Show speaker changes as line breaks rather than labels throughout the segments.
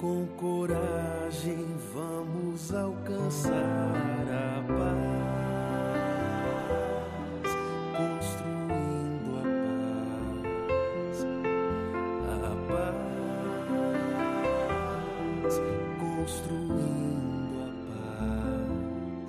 Com coragem vamos alcançar a paz, construindo a paz, construindo a paz.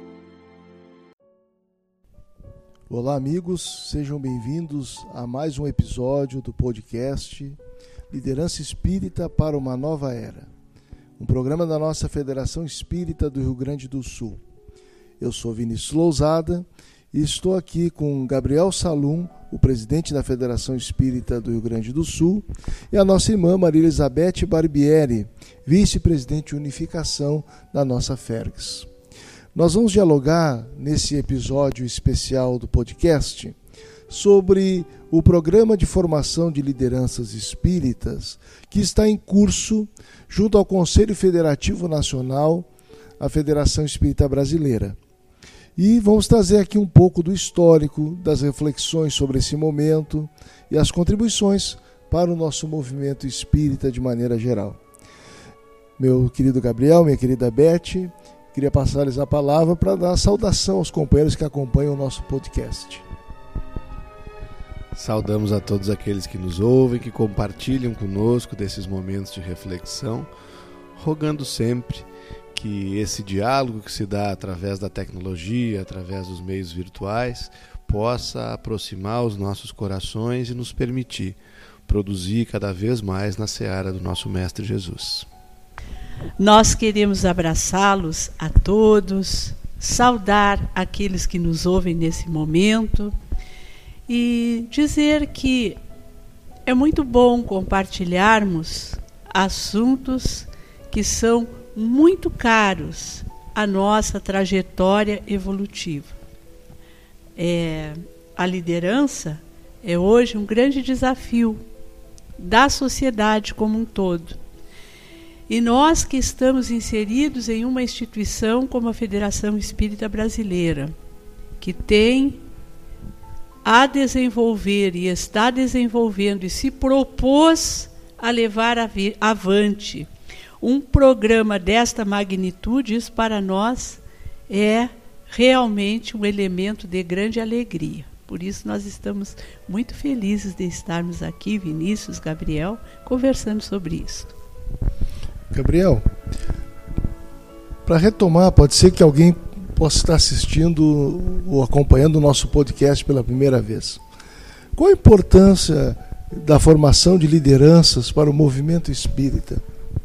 Olá, amigos, sejam bem-vindos a mais um episódio do podcast Liderança Espírita para uma Nova Era, um programa da nossa Federação Espírita do Rio Grande do Sul. Eu sou Vinícius Lousada e estou aqui com Gabriel Salum, o presidente da Federação Espírita do Rio Grande do Sul, e a nossa irmã Maria Elizabeth Barbieri, vice-presidente de unificação da nossa FERGS. Nós vamos dialogar nesse episódio especial do podcast sobre o programa de formação de lideranças espíritas que está em curso junto ao Conselho Federativo Nacional, a Federação Espírita Brasileira. E vamos trazer aqui um pouco do histórico, das reflexões sobre esse momento e as contribuições para o nosso movimento espírita de maneira geral. Meu querido Gabriel, minha querida Beth, queria passar-lhes a palavra para dar saudação aos companheiros que acompanham o nosso podcast.
Saudamos a todos aqueles que nos ouvem, que compartilham conosco desses momentos de reflexão, rogando sempre que esse diálogo que se dá através da tecnologia, através dos meios virtuais, possa aproximar os nossos corações e nos permitir produzir cada vez mais na seara do nosso Mestre Jesus.
Nós queremos abraçá-los a todos, saudar aqueles que nos ouvem nesse momento e dizer que é muito bom compartilharmos assuntos que são muito caros à nossa trajetória evolutiva. A liderança é hoje um grande desafio da sociedade como um todo. E nós que estamos inseridos em uma instituição como a Federação Espírita Brasileira, que tem a desenvolver e está desenvolvendo e se propôs a levar avante um programa desta magnitude, isso para nós é realmente um elemento de grande alegria. Por isso nós estamos muito felizes de estarmos aqui, Vinícius, Gabriel, conversando sobre isso.
Gabriel, para retomar, pode ser que alguém possa estar assistindo ou acompanhando o nosso podcast pela primeira vez. Qual a importância da formação de lideranças para o movimento espírita?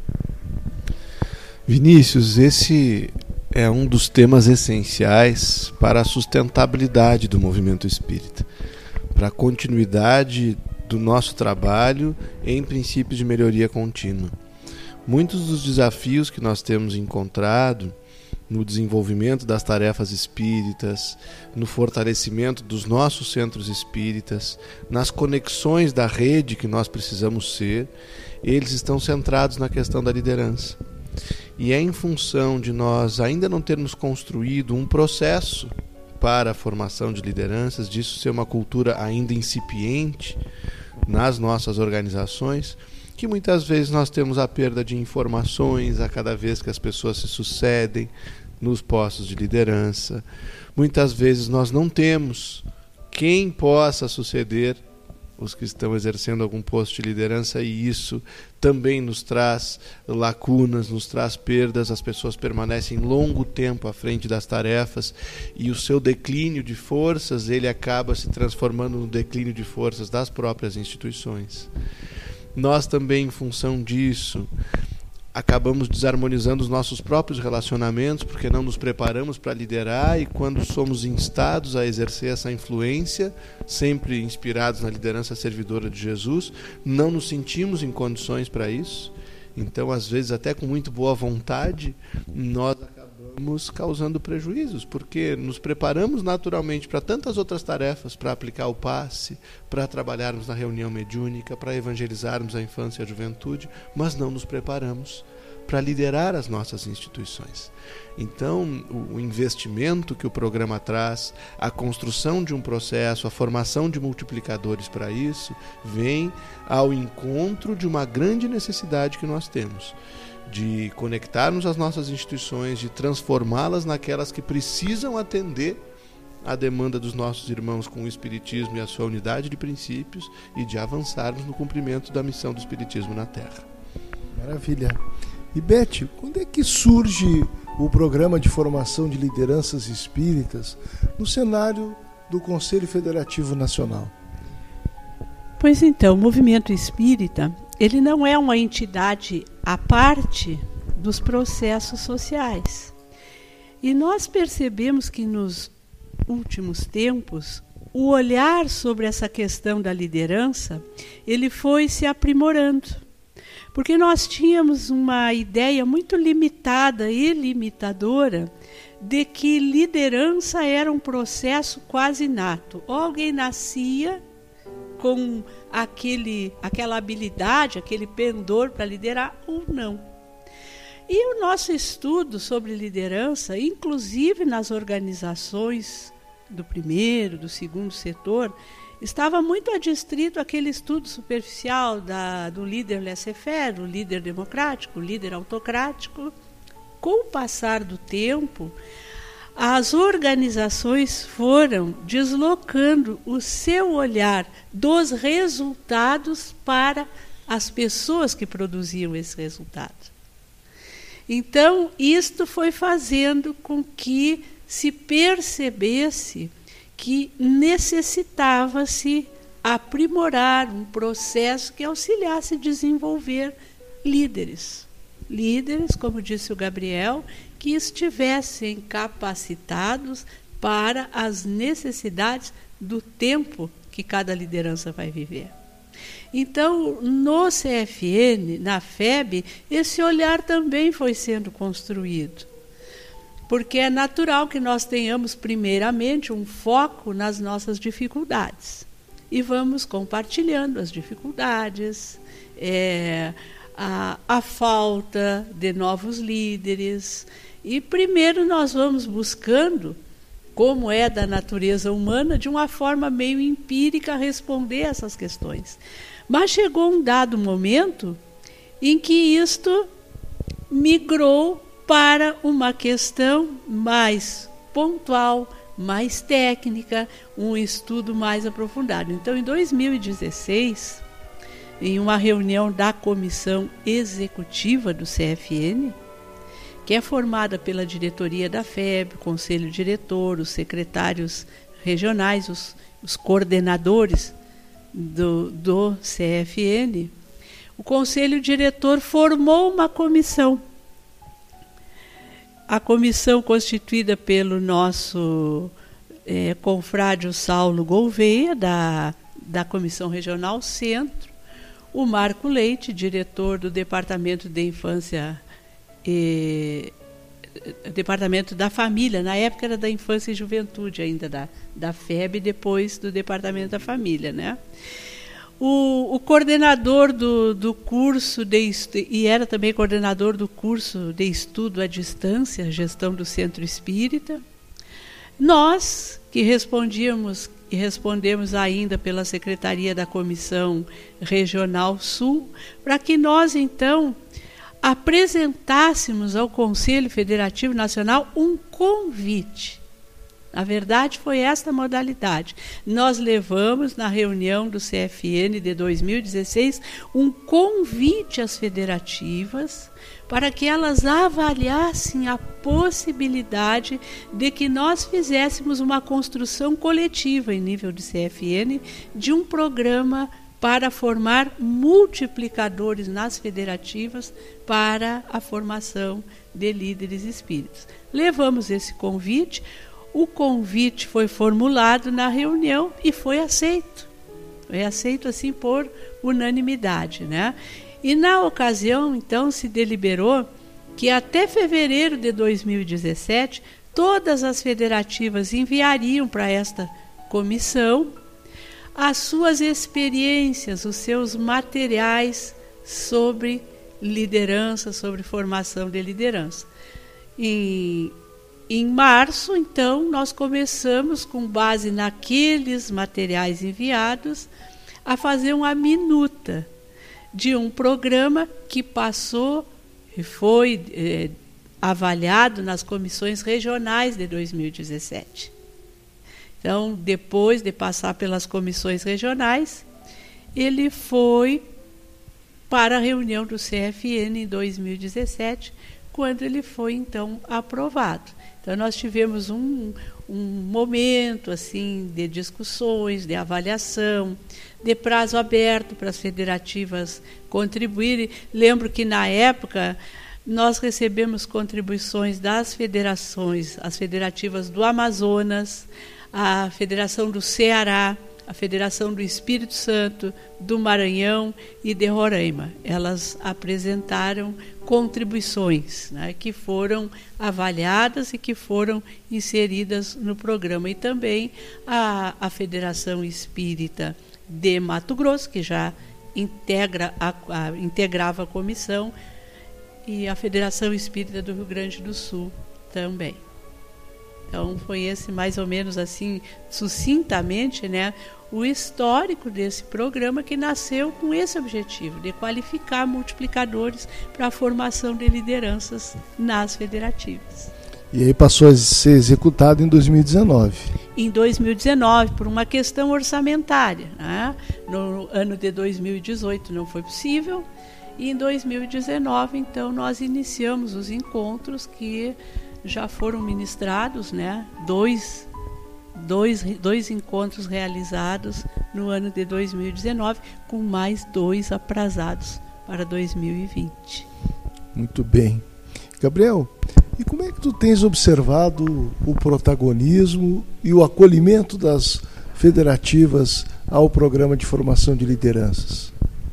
Vinícius, esse é um dos temas essenciais para a sustentabilidade do movimento espírita, para a continuidade do nosso trabalho em princípios de melhoria contínua. Muitos dos desafios que nós temos encontrado no desenvolvimento das tarefas espíritas, no fortalecimento dos nossos centros espíritas, nas conexões da rede que nós precisamos ser, eles estão centrados na questão da liderança. E é em função de nós ainda não termos construído um processo para a formação de lideranças, disso ser uma cultura ainda incipiente nas nossas organizações, que muitas vezes nós temos a perda de informações a cada vez que as pessoas se sucedem nos postos de liderança. Muitas vezes nós não temos quem possa suceder os que estão exercendo algum posto de liderança, e isso também nos traz lacunas, nos traz perdas. As pessoas permanecem longo tempo à frente das tarefas e o seu declínio de forças, ele acaba se transformando no declínio de forças das próprias instituições. Nós também, em função disso, acabamos desarmonizando os nossos próprios relacionamentos, porque não nos preparamos para liderar, e quando somos instados a exercer essa influência, sempre inspirados na liderança servidora de Jesus, não nos sentimos em condições para isso. Então, às vezes, até com muito boa vontade, nós acabamos causando prejuízos, porque nos preparamos naturalmente para tantas outras tarefas, para aplicar o passe, para trabalharmos na reunião mediúnica, para evangelizarmos a infância e a juventude, mas não nos preparamos para liderar as nossas instituições. Então, o investimento que o programa traz, a construção de um processo, a formação de multiplicadores para isso, vem ao encontro de uma grande necessidade que nós temos, de conectarmos às nossas instituições, de transformá-las naquelas que precisam atender à demanda dos nossos irmãos com o Espiritismo e a sua unidade de princípios, e de avançarmos no cumprimento da missão do Espiritismo na Terra.
Maravilha. E Beth, quando é que surge o programa de formação de lideranças espíritas no cenário do Conselho Federativo Nacional?
Pois então, o movimento espírita, ele não é uma entidade à parte dos processos sociais. E nós percebemos que nos últimos tempos, o olhar sobre essa questão da liderança, ele foi se aprimorando. Porque nós tínhamos uma ideia muito limitada e limitadora de que liderança era um processo quase inato. Ou alguém nascia com aquela habilidade, aquele pendor para liderar, ou não. E o nosso estudo sobre liderança, inclusive nas organizações do primeiro, do segundo setor, estava muito adstrito àquele estudo superficial do líder laissez-faire, o líder democrático, o líder autocrático. Com o passar do tempo, as organizações foram deslocando o seu olhar dos resultados para as pessoas que produziam esse resultado. Então, isto foi fazendo com que se percebesse que necessitava-se aprimorar um processo que auxiliasse a desenvolver líderes. Líderes, como disse o Gabriel, que estivessem capacitados para as necessidades do tempo que cada liderança vai viver. Então, no CFN, na FEB, esse olhar também foi sendo construído. Porque é natural que nós tenhamos, primeiramente, um foco nas nossas dificuldades. E vamos compartilhando as dificuldades, a falta de novos líderes. E primeiro nós vamos buscando, como é da natureza humana, de uma forma meio empírica, responder essas questões. Mas chegou um dado momento em que isto migrou para uma questão mais pontual, mais técnica, um estudo mais aprofundado. Então, em 2016, em uma reunião da comissão executiva do CFN, que é formada pela diretoria da FEB, o conselho diretor, os secretários regionais, os coordenadores do CFN, o conselho diretor formou uma comissão. A comissão constituída pelo nosso confrade Saulo Gouveia, da Comissão Regional Centro, o Marco Leite, diretor do Departamento de Infância Departamento da Família, na época era da Infância e Juventude ainda, da FEB, depois do Departamento da Família, né? O coordenador do curso e era também coordenador do curso de estudo à distância, gestão do Centro Espírita. Nós, que respondemos ainda pela Secretaria da Comissão Regional Sul, para que nós, então, apresentássemos ao Conselho Federativo Nacional um convite. Na verdade, foi esta modalidade. Nós levamos, na reunião do CFN de 2016, um convite às federativas para que elas avaliassem a possibilidade de que nós fizéssemos uma construção coletiva em nível de CFN de um programa para formar multiplicadores nas federativas para a formação de líderes espíritas. Levamos esse convite. O convite foi formulado na reunião e foi aceito. Foi aceito assim por unanimidade, né? E na ocasião, então, se deliberou que até fevereiro de 2017 todas as federativas enviariam para esta comissão as suas experiências, os seus materiais sobre liderança, sobre formação de liderança. Em março, então, nós começamos, com base naqueles materiais enviados, a fazer uma minuta de um programa que passou e foi avaliado nas comissões regionais de 2017. Então, depois de passar pelas comissões regionais, ele foi para a reunião do CFN em 2017, quando ele foi, então, aprovado. Então, nós tivemos um momento assim, de discussões, de avaliação, de prazo aberto para as federativas contribuírem. Lembro que, na época, nós recebemos contribuições das federações, as federativas do Amazonas, a Federação do Ceará, a Federação do Espírito Santo, do Maranhão e de Roraima. Elas apresentaram contribuições, né, que foram avaliadas e que foram inseridas no programa. E também a Federação Espírita de Mato Grosso, que já integrava a comissão, e a Federação Espírita do Rio Grande do Sul também. Então, foi esse, mais ou menos assim, sucintamente, né, o histórico desse programa, que nasceu com esse objetivo, de qualificar multiplicadores para a formação de lideranças nas federativas.
E aí passou a ser executado em 2019.
Em 2019, por uma questão orçamentária, né? No ano de 2018 não foi possível, e em 2019, então, nós iniciamos os encontros que já foram ministrados, né? Dois encontros realizados no ano de 2019, com mais 2 aprazados para 2020.
Muito bem. Gabriel, e como é que tu tens observado o protagonismo e o acolhimento das federativas ao programa de formação de lideranças?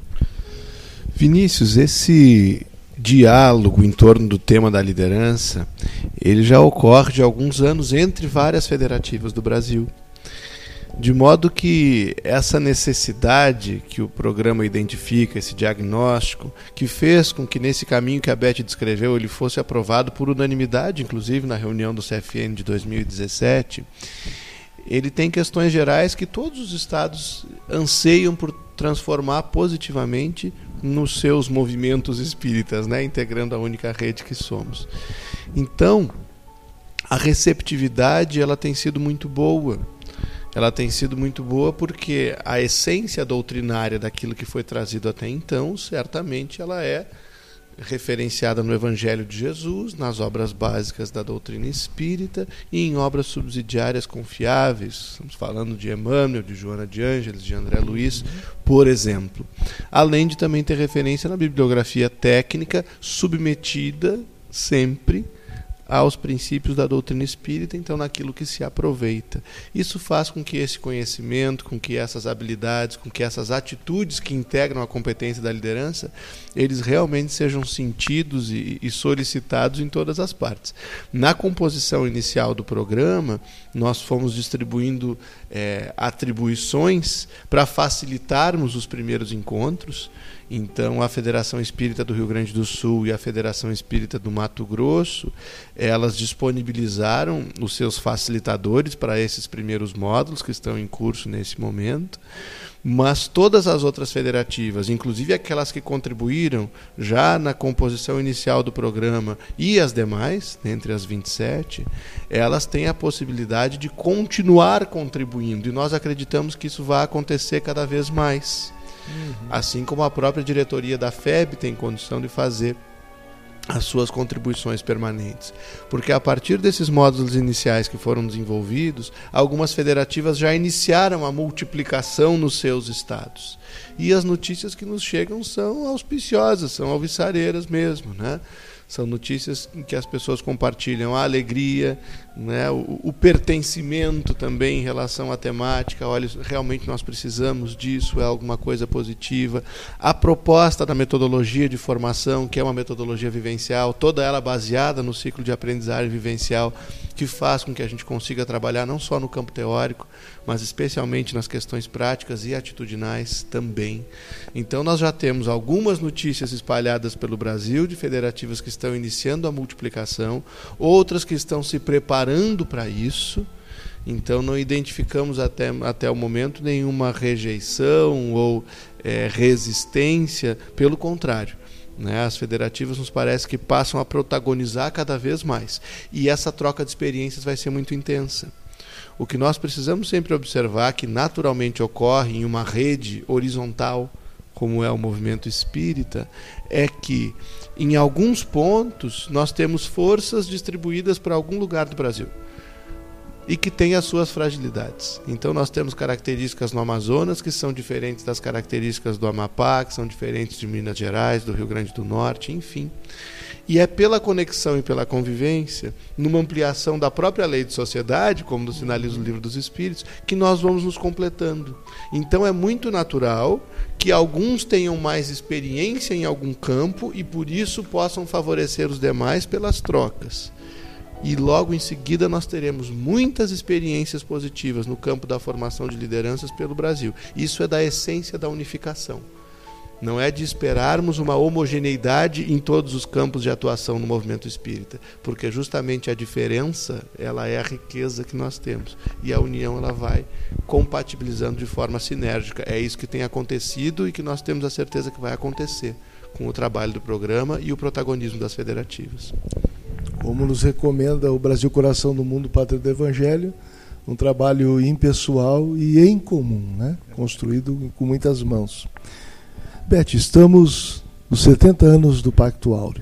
Vinícius, esse diálogo em torno do tema da liderança, ele já ocorre de alguns anos entre várias federativas do Brasil. De modo que essa necessidade que o programa identifica, esse diagnóstico, que fez com que nesse caminho que a Beth descreveu, ele fosse aprovado por unanimidade, inclusive na reunião do CFN de 2017, ele tem questões gerais que todos os estados anseiam por transformar positivamente nos seus movimentos espíritas, né, integrando a única rede que somos. Então, a receptividade ela tem sido muito boa. Ela tem sido muito boa porque a essência doutrinária daquilo que foi trazido até então, certamente ela é referenciada no Evangelho de Jesus, nas obras básicas da doutrina espírita e em obras subsidiárias confiáveis. Estamos falando de Emmanuel, de Joana de Ângeles, de André Luiz, por exemplo. Além de também ter referência na bibliografia técnica, submetida sempre aos princípios da doutrina espírita, então naquilo que se aproveita. Isso faz com que esse conhecimento, com que essas habilidades, com que essas atitudes que integram a competência da liderança, eles realmente sejam sentidos e solicitados em todas as partes. Na composição inicial do programa, nós fomos distribuindo atribuições para facilitarmos os primeiros encontros. Então, a Federação Espírita do Rio Grande do Sul e a Federação Espírita do Mato Grosso, elas disponibilizaram os seus facilitadores para esses primeiros módulos que estão em curso nesse momento, mas todas as outras federativas, inclusive aquelas que contribuíram já na composição inicial do programa e as demais, entre as 27, elas têm a possibilidade de continuar contribuindo, e nós acreditamos que isso vai acontecer cada vez mais. Assim como a própria diretoria da FEB tem condição de fazer as suas contribuições permanentes. Porque a partir desses módulos iniciais que foram desenvolvidos, algumas federativas já iniciaram a multiplicação nos seus estados. E as notícias que nos chegam são auspiciosas, são alvissareiras mesmo, né? São notícias em que as pessoas compartilham a alegria, né, o pertencimento também em relação à temática. Olha, realmente nós precisamos disso, é alguma coisa positiva. A proposta da metodologia de formação, que é uma metodologia vivencial, toda ela baseada no ciclo de aprendizagem vivencial, que faz com que a gente consiga trabalhar não só no campo teórico, mas especialmente nas questões práticas e atitudinais também. Então nós já temos algumas notícias espalhadas pelo Brasil de federativas que estão iniciando a multiplicação, outras que estão se preparando para isso. Então não identificamos até o momento nenhuma rejeição ou resistência, pelo contrário. As federativas nos parece que passam a protagonizar cada vez mais. E essa troca de experiências vai ser muito intensa. O que nós precisamos sempre observar, que naturalmente ocorre em uma rede horizontal, como é o movimento espírita, é que em alguns pontos nós temos forças distribuídas para algum lugar do Brasil e que tem as suas fragilidades. Então nós temos características no Amazonas que são diferentes das características do Amapá, que são diferentes de Minas Gerais, do Rio Grande do Norte, enfim. E é pela conexão e pela convivência, numa ampliação da própria lei de sociedade, como nos sinaliza o Livro dos Espíritos, que nós vamos nos completando. Então é muito natural que alguns tenham mais experiência em algum campo e por isso possam favorecer os demais pelas trocas. E logo em seguida nós teremos muitas experiências positivas no campo da formação de lideranças pelo Brasil. Isso é da essência da unificação. Não é de esperarmos uma homogeneidade em todos os campos de atuação no movimento espírita, porque justamente a diferença, ela é a riqueza que nós temos. E a união, ela vai compatibilizando de forma sinérgica. É isso que tem acontecido e que nós temos a certeza que vai acontecer com o trabalho do programa e o protagonismo das federativas.
Como nos recomenda o Brasil Coração do Mundo, Pátria do Evangelho, um trabalho impessoal e em comum, construído com muitas mãos. Beth, estamos nos 70 anos do Pacto Áureo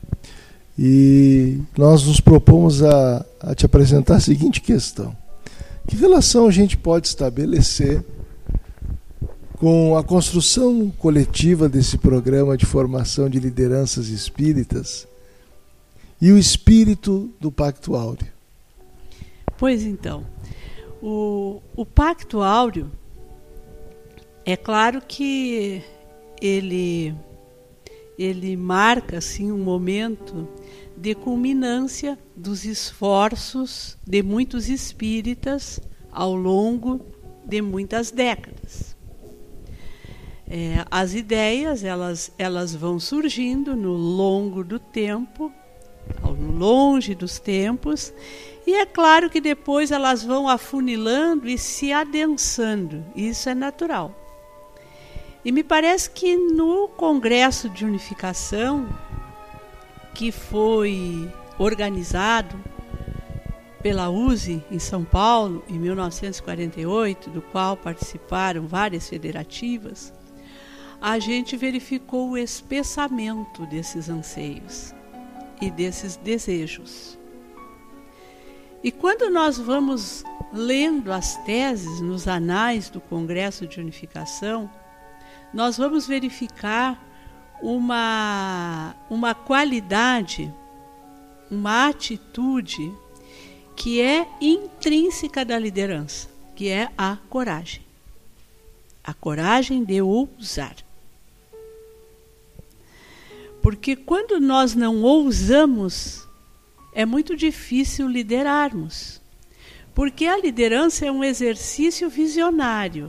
e nós nos propomos a te apresentar a seguinte questão: que relação a gente pode estabelecer com a construção coletiva desse programa de formação de lideranças espíritas e o espírito do Pacto Áureo?
Pois então, o Pacto Áureo, é claro que ele marca assim, um momento de culminância dos esforços de muitos espíritas ao longo de muitas décadas. As ideias elas vão surgindo no longo do tempo, longe dos tempos, e é claro que depois elas vão afunilando e se adensando. Isso é natural. E me parece que no Congresso de Unificação, que foi organizado pela USE em São Paulo em 1948, do qual participaram várias federativas, a gente verificou o espessamento desses anseios e desses desejos. E quando nós vamos lendo as teses nos anais do Congresso de Unificação, nós vamos verificar uma qualidade, uma atitude que é intrínseca da liderança, que é a coragem. A coragem de ousar. Porque quando nós não ousamos, é muito difícil liderarmos. Porque a liderança é um exercício visionário.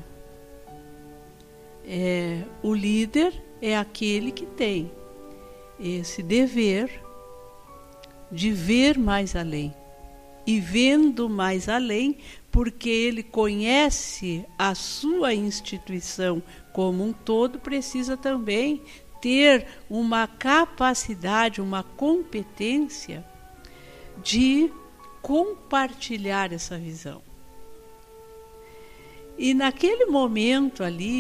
O líder é aquele que tem esse dever de ver mais além. E vendo mais além, porque ele conhece a sua instituição como um todo, precisa também ter uma capacidade, uma competência de compartilhar essa visão. E naquele momento ali,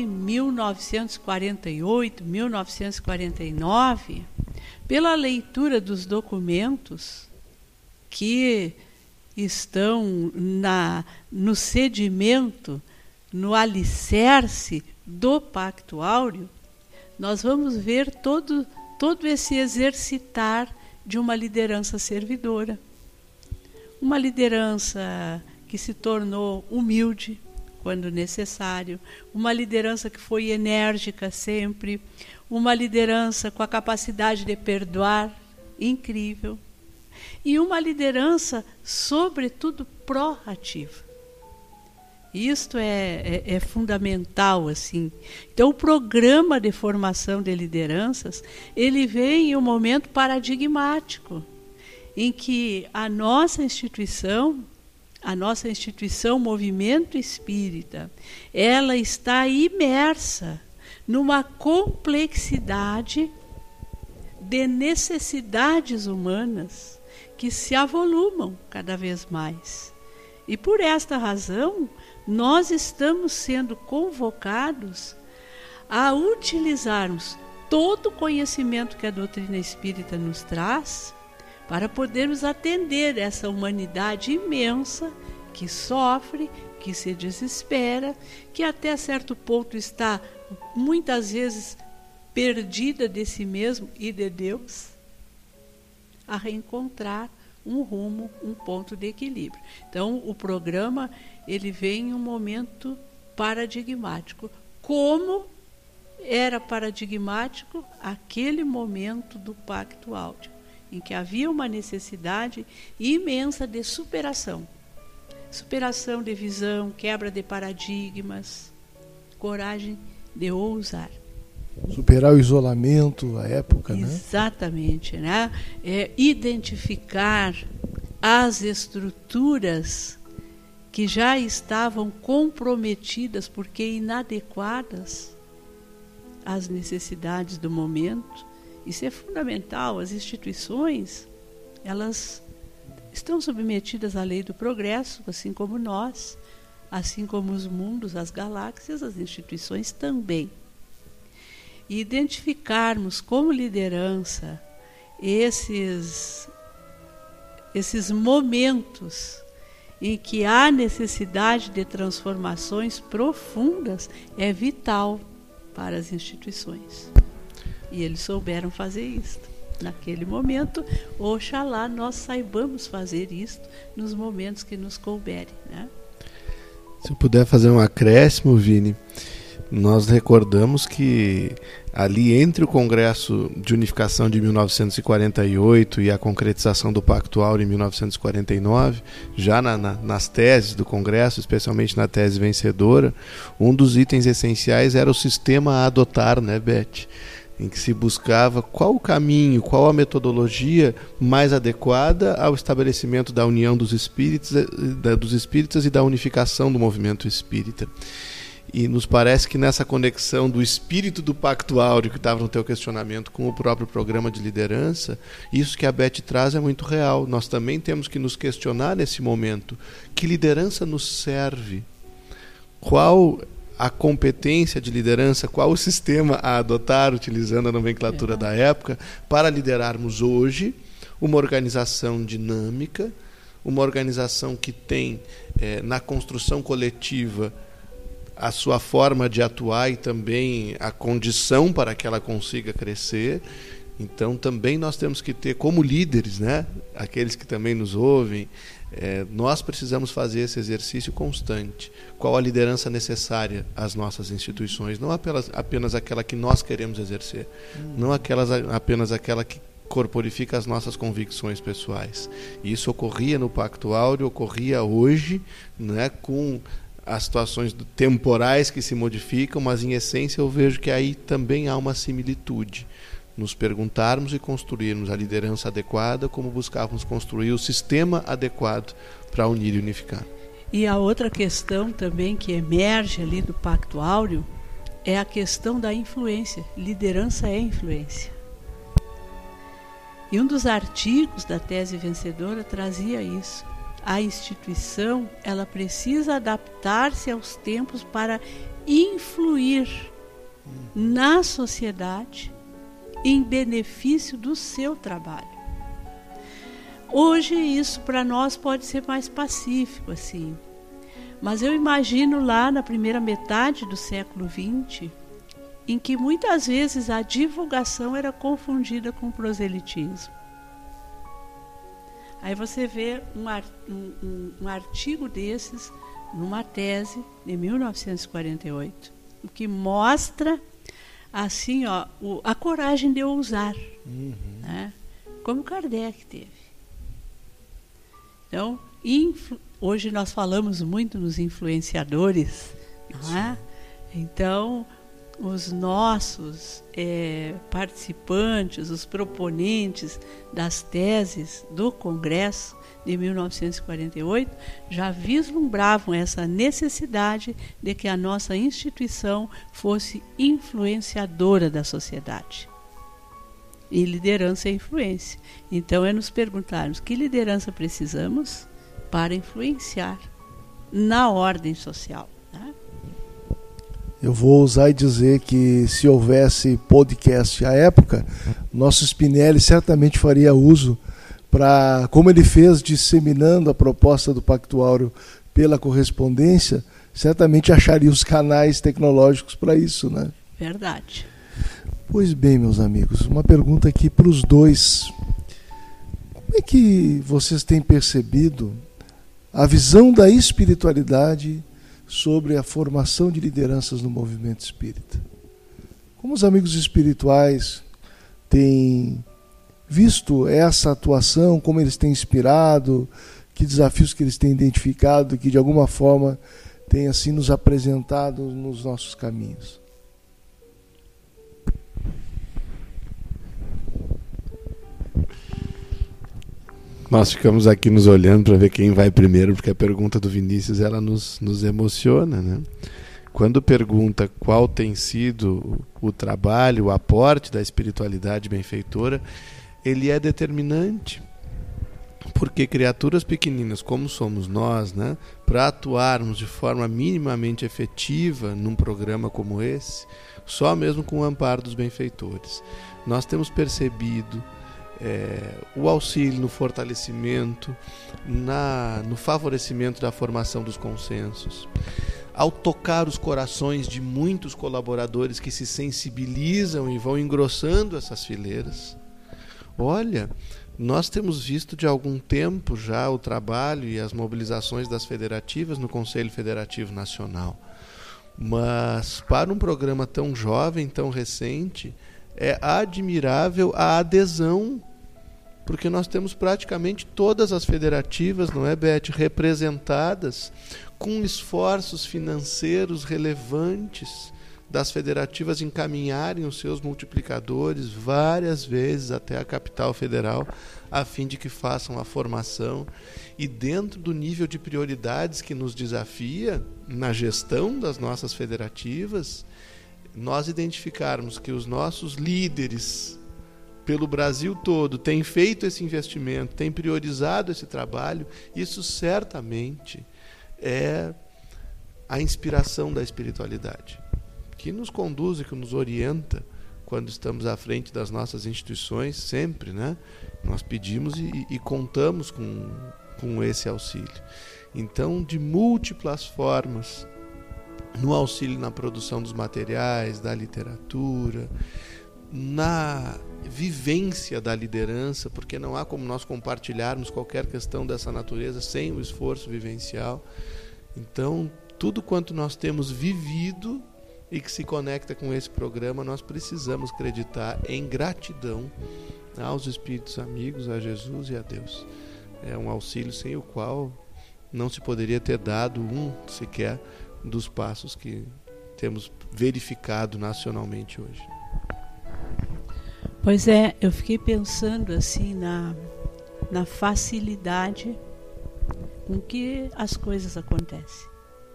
1948, 1949, pela leitura dos documentos que estão no sedimento, no alicerce do Pacto Áureo, nós vamos ver todo esse exercitar de uma liderança servidora. Uma liderança que se tornou humilde quando necessário, uma liderança que foi enérgica sempre, uma liderança com a capacidade de perdoar incrível. e uma liderança, sobretudo, proativa. Isto é fundamental, assim. Então, o programa de formação de lideranças, ele vem em um momento paradigmático, em que a nossa instituição Movimento Espírita, ela está imersa numa complexidade de necessidades humanas que se avolumam cada vez mais. E por esta razão, nós estamos sendo convocados a utilizarmos todo o conhecimento que a doutrina espírita nos traz para podermos atender essa humanidade imensa que sofre, que se desespera, que até certo ponto está muitas vezes perdida de si mesmo e de Deus, a reencontrar um rumo, um ponto de equilíbrio. Então, o programa, ele vem em um momento paradigmático. Como era paradigmático aquele momento do Pacto Áureo, em que havia uma necessidade imensa de superação. Superação de visão, quebra de paradigmas, coragem de ousar.
Superar o isolamento, a época,
Exatamente, né? Identificar as estruturas que já estavam comprometidas porque inadequadas às necessidades do momento. Isso é fundamental. As instituições, elas estão submetidas à lei do progresso, assim como nós, assim como os mundos, as galáxias, as instituições também. E identificarmos como liderança esses momentos em que há necessidade de transformações profundas é vital para as instituições. E eles souberam fazer isto naquele momento. Oxalá nós saibamos fazer isto nos momentos que nos couberem, né?
Se eu puder fazer um acréscimo, Vini, nós recordamos que ali entre o Congresso de Unificação de 1948 e a concretização do Pacto Áureo em 1949, já nas teses do Congresso, especialmente na tese vencedora, um dos itens essenciais era o sistema a adotar, né, Beth? Em que se buscava qual o caminho, qual a metodologia mais adequada ao estabelecimento da união dos espíritas e da unificação do movimento espírita. E nos parece que nessa conexão do espírito do Pacto Áureo, que estava no teu questionamento, com o próprio programa de liderança, isso que a Beth traz é muito real. Nós também temos que nos questionar nesse momento: que liderança nos serve? Qual a competência de liderança, qual o sistema a adotar, utilizando a nomenclatura da época, para liderarmos hoje uma organização dinâmica, uma organização que tem na construção coletiva a sua forma de atuar e também a condição para que ela consiga crescer. Então também nós temos que ter como líderes, né, aqueles que também nos ouvem, nós precisamos fazer esse exercício constante. Qual a liderança necessária às nossas instituições? Não apenas aquela que nós queremos exercer, não apenas aquela que corporifica as nossas convicções pessoais. Isso ocorria no Pacto Áureo, ocorria hoje, né, com as situações temporais que se modificam, mas em essência eu vejo que aí também há uma similitude. Nos perguntarmos e construirmos a liderança adequada, como buscávamos construir o sistema adequado para unir e unificar.
E a outra questão também que emerge ali do Pacto Áureo é a questão da influência. Liderança é influência. E um dos artigos da tese vencedora trazia isso. A instituição, ela precisa adaptar-se aos tempos para influir na sociedade em benefício do seu trabalho. Hoje isso para nós pode ser mais pacífico, assim. Mas eu imagino lá na primeira metade do século XX, em que muitas vezes a divulgação era confundida com proselitismo. Aí você vê um artigo desses numa tese de 1948, o que mostra assim, a coragem de ousar, né? Como Kardec teve. Então, hoje nós falamos muito nos influenciadores, não é? Então, os nossos participantes, os proponentes das teses do Congresso de 1948 já vislumbravam essa necessidade de que a nossa instituição fosse influenciadora da sociedade. E liderança é influência. Então é nos perguntarmos que liderança precisamos para influenciar na ordem social. Né?
Eu vou ousar e dizer que se houvesse podcast à época, nosso Spinelli certamente faria uso para, como ele fez disseminando a proposta do Pacto Áureo pela correspondência, certamente acharia os canais tecnológicos para isso, né?
Verdade.
Pois bem, meus amigos, uma pergunta aqui para os dois. Como é que vocês têm percebido a visão da espiritualidade sobre a formação de lideranças no movimento espírita? Como os amigos espirituais têm visto essa atuação, como eles têm inspirado, que desafios que eles têm identificado, que de alguma forma têm assim nos apresentado nos nossos caminhos?
Nós ficamos aqui nos olhando para ver quem vai primeiro, porque a pergunta do Vinícius ela nos emociona, né? Quando pergunta qual tem sido o trabalho, o aporte da espiritualidade benfeitora, ele é determinante. Porque criaturas pequeninas como somos nós, né, para atuarmos de forma minimamente efetiva num programa como esse, só mesmo com o amparo dos benfeitores, nós temos percebido o auxílio no fortalecimento, no favorecimento da formação dos consensos, ao tocar os corações de muitos colaboradores que se sensibilizam e vão engrossando essas fileiras. Olha, nós temos visto de algum tempo já o trabalho e as mobilizações das federativas no Conselho Federativo Nacional, mas para um programa tão jovem, tão recente, é admirável a adesão, porque nós temos praticamente todas as federativas, não é, Beth, representadas com esforços financeiros relevantes das federativas encaminharem os seus multiplicadores várias vezes até a capital federal, a fim de que façam a formação. E dentro do nível de prioridades que nos desafia na gestão das nossas federativas, nós identificarmos que os nossos líderes pelo Brasil todo têm feito esse investimento, têm priorizado esse trabalho, isso certamente é a inspiração da espiritualidade, que nos conduz e que nos orienta quando estamos à frente das nossas instituições, sempre, né? Nós pedimos e contamos com esse auxílio. Então, de múltiplas formas, no auxílio na produção dos materiais, da literatura, na vivência da liderança, porque não há como nós compartilharmos qualquer questão dessa natureza sem o esforço vivencial. Então, tudo quanto nós temos vivido e que se conecta com esse programa, nós precisamos acreditar em gratidão aos espíritos amigos, a Jesus e a Deus. É um auxílio sem o qual não se poderia ter dado sequer dos passos que temos verificado nacionalmente hoje.
Pois é, eu fiquei pensando assim na facilidade com que as coisas acontecem.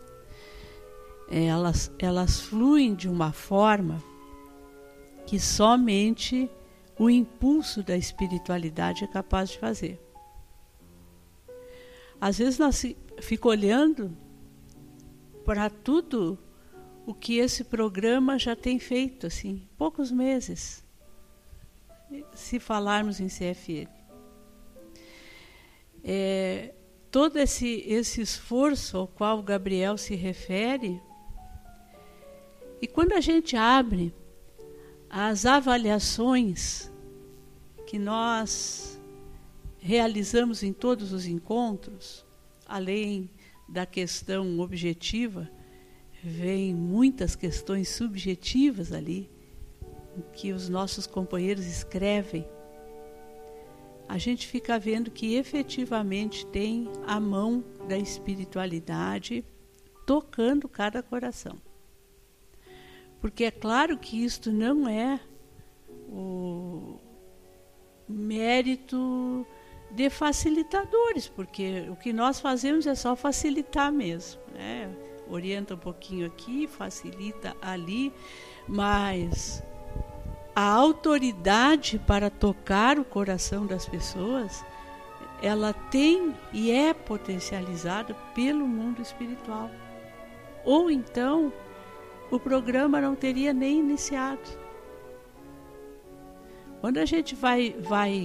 Elas fluem de uma forma que somente o impulso da espiritualidade é capaz de fazer. Às vezes nós ficamos olhando para tudo o que esse programa já tem feito, assim, poucos meses, se falarmos em CFN. Todo esse esforço ao qual o Gabriel se refere, e quando a gente abre as avaliações que nós realizamos em todos os encontros, além da questão objetiva, vem muitas questões subjetivas ali, que os nossos companheiros escrevem. a gente fica vendo que efetivamente tem a mão da espiritualidade tocando cada coração. Porque é claro que isto não é o mérito de facilitadores, porque o que nós fazemos é só facilitar mesmo, né? Orienta um pouquinho aqui, facilita ali, mas a autoridade para tocar o coração das pessoas, ela tem e é potencializada pelo mundo espiritual. Ou então, o programa não teria nem iniciado. Quando a gente vai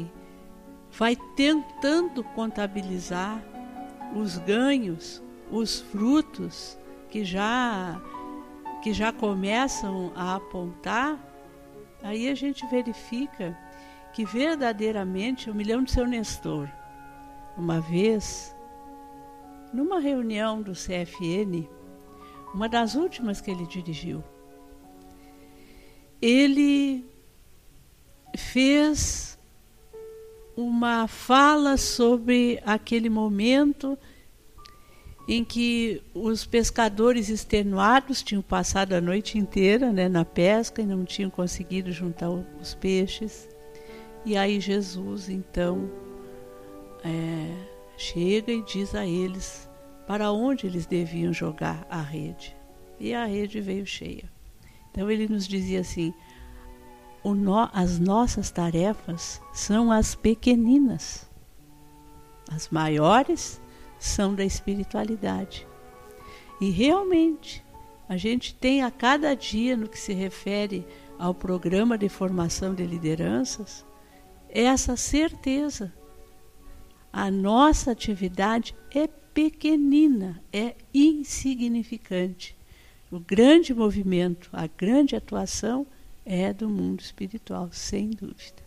tentando contabilizar os ganhos, os frutos que já começam a apontar, aí a gente verifica que verdadeiramente, eu me lembro do seu Nestor, uma vez, numa reunião do CFN, uma das últimas que ele dirigiu, ele fez uma fala sobre aquele momento em que os pescadores extenuados tinham passado a noite inteira, né, na pesca e não tinham conseguido juntar os peixes. E aí Jesus, então, chega e diz a eles para onde eles deviam jogar a rede. E a rede veio cheia. Então ele nos dizia assim, as nossas tarefas são as pequeninas. As maiores são da espiritualidade. E realmente, a gente tem a cada dia, no que se refere ao programa de formação de lideranças, essa certeza. A nossa atividade é pequenina, é insignificante. O grande movimento, a grande atuação é do mundo espiritual, sem dúvida.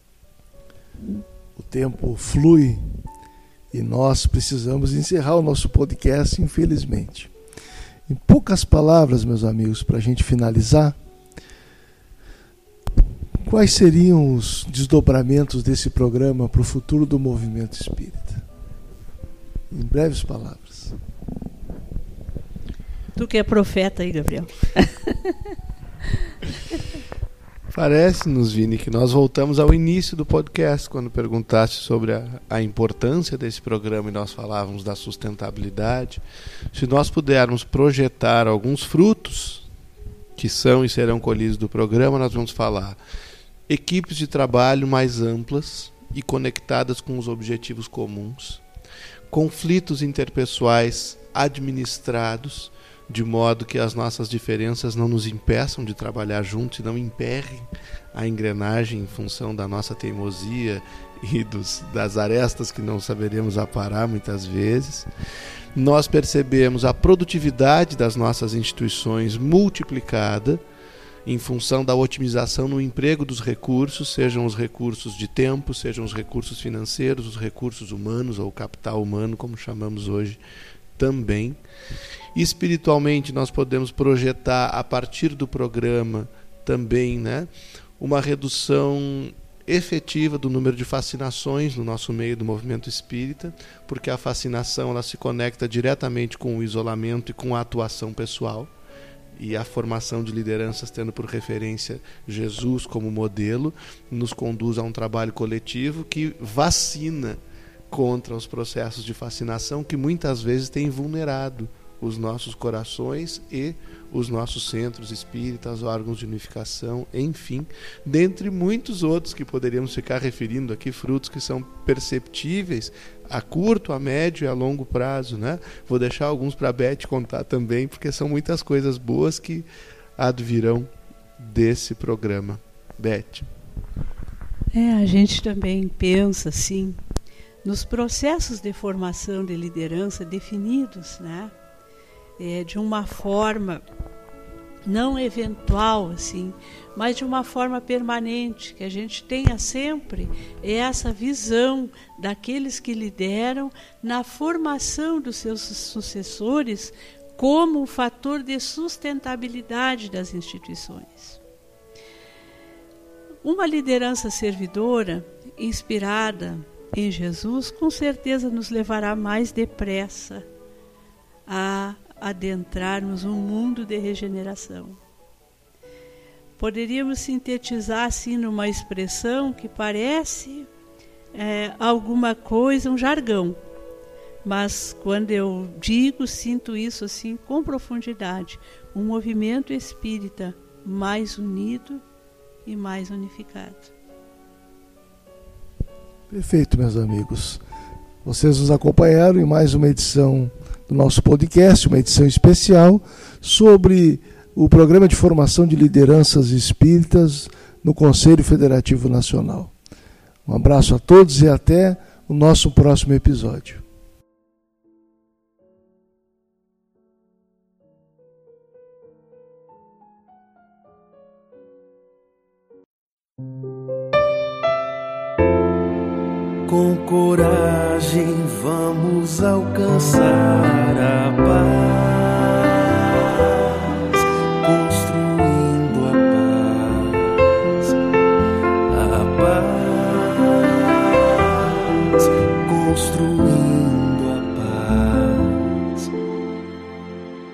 O tempo flui e nós precisamos encerrar o nosso podcast, infelizmente. Em poucas palavras, meus amigos, para a gente finalizar, quais seriam os desdobramentos desse programa para o futuro do movimento espírita? Em breves palavras.
Tu que é profeta aí, Gabriel.
Parece-nos, Vini, que nós voltamos ao início do podcast, quando perguntaste sobre a importância desse programa e nós falávamos da sustentabilidade. Se nós pudermos projetar alguns frutos que são e serão colhidos do programa, nós vamos falar equipes de trabalho mais amplas e conectadas com os objetivos comuns, conflitos interpessoais administrados, de modo que as nossas diferenças não nos impeçam de trabalhar juntos e não emperrem a engrenagem em função da nossa teimosia e das arestas que não saberemos aparar muitas vezes. Nós percebemos a produtividade das nossas instituições multiplicada em função da otimização no emprego dos recursos, sejam os recursos de tempo, sejam os recursos financeiros, os recursos humanos ou capital humano, como chamamos hoje também. Espiritualmente, nós podemos projetar a partir do programa também, né, uma redução efetiva do número de fascinações no nosso meio do movimento espírita, porque a fascinação ela se conecta diretamente com o isolamento e com a atuação pessoal, e a formação de lideranças tendo por referência Jesus como modelo, nos conduz a um trabalho coletivo que vacina contra os processos de fascinação que muitas vezes têm vulnerado os nossos corações e os nossos centros espíritas, órgãos de unificação, enfim, dentre muitos outros que poderíamos ficar referindo aqui, frutos que são perceptíveis a curto, a médio e a longo prazo, né? Vou deixar alguns para a Beth contar também, porque são muitas coisas boas que advirão desse programa. Beth.
A gente também pensa, assim, nos processos de formação de liderança definidos, né? De uma forma não eventual, assim, mas de uma forma permanente, que a gente tenha sempre essa visão daqueles que lideram na formação dos seus sucessores como um fator de sustentabilidade das instituições. Uma liderança servidora, inspirada em Jesus, com certeza nos levará mais depressa a adentrarmos um mundo de regeneração. Poderíamos sintetizar assim numa expressão que parece alguma coisa, um jargão, mas quando eu digo, sinto isso assim com profundidade, um movimento espírita mais unido e mais unificado.
Perfeito, meus amigos. Vocês nos acompanharam em mais uma edição do nosso podcast, uma edição especial sobre o Programa de Formação de Lideranças Espíritas no Conselho Federativo Nacional. Um abraço a todos e até o nosso próximo episódio.
Com coragem vamos alcançar a paz.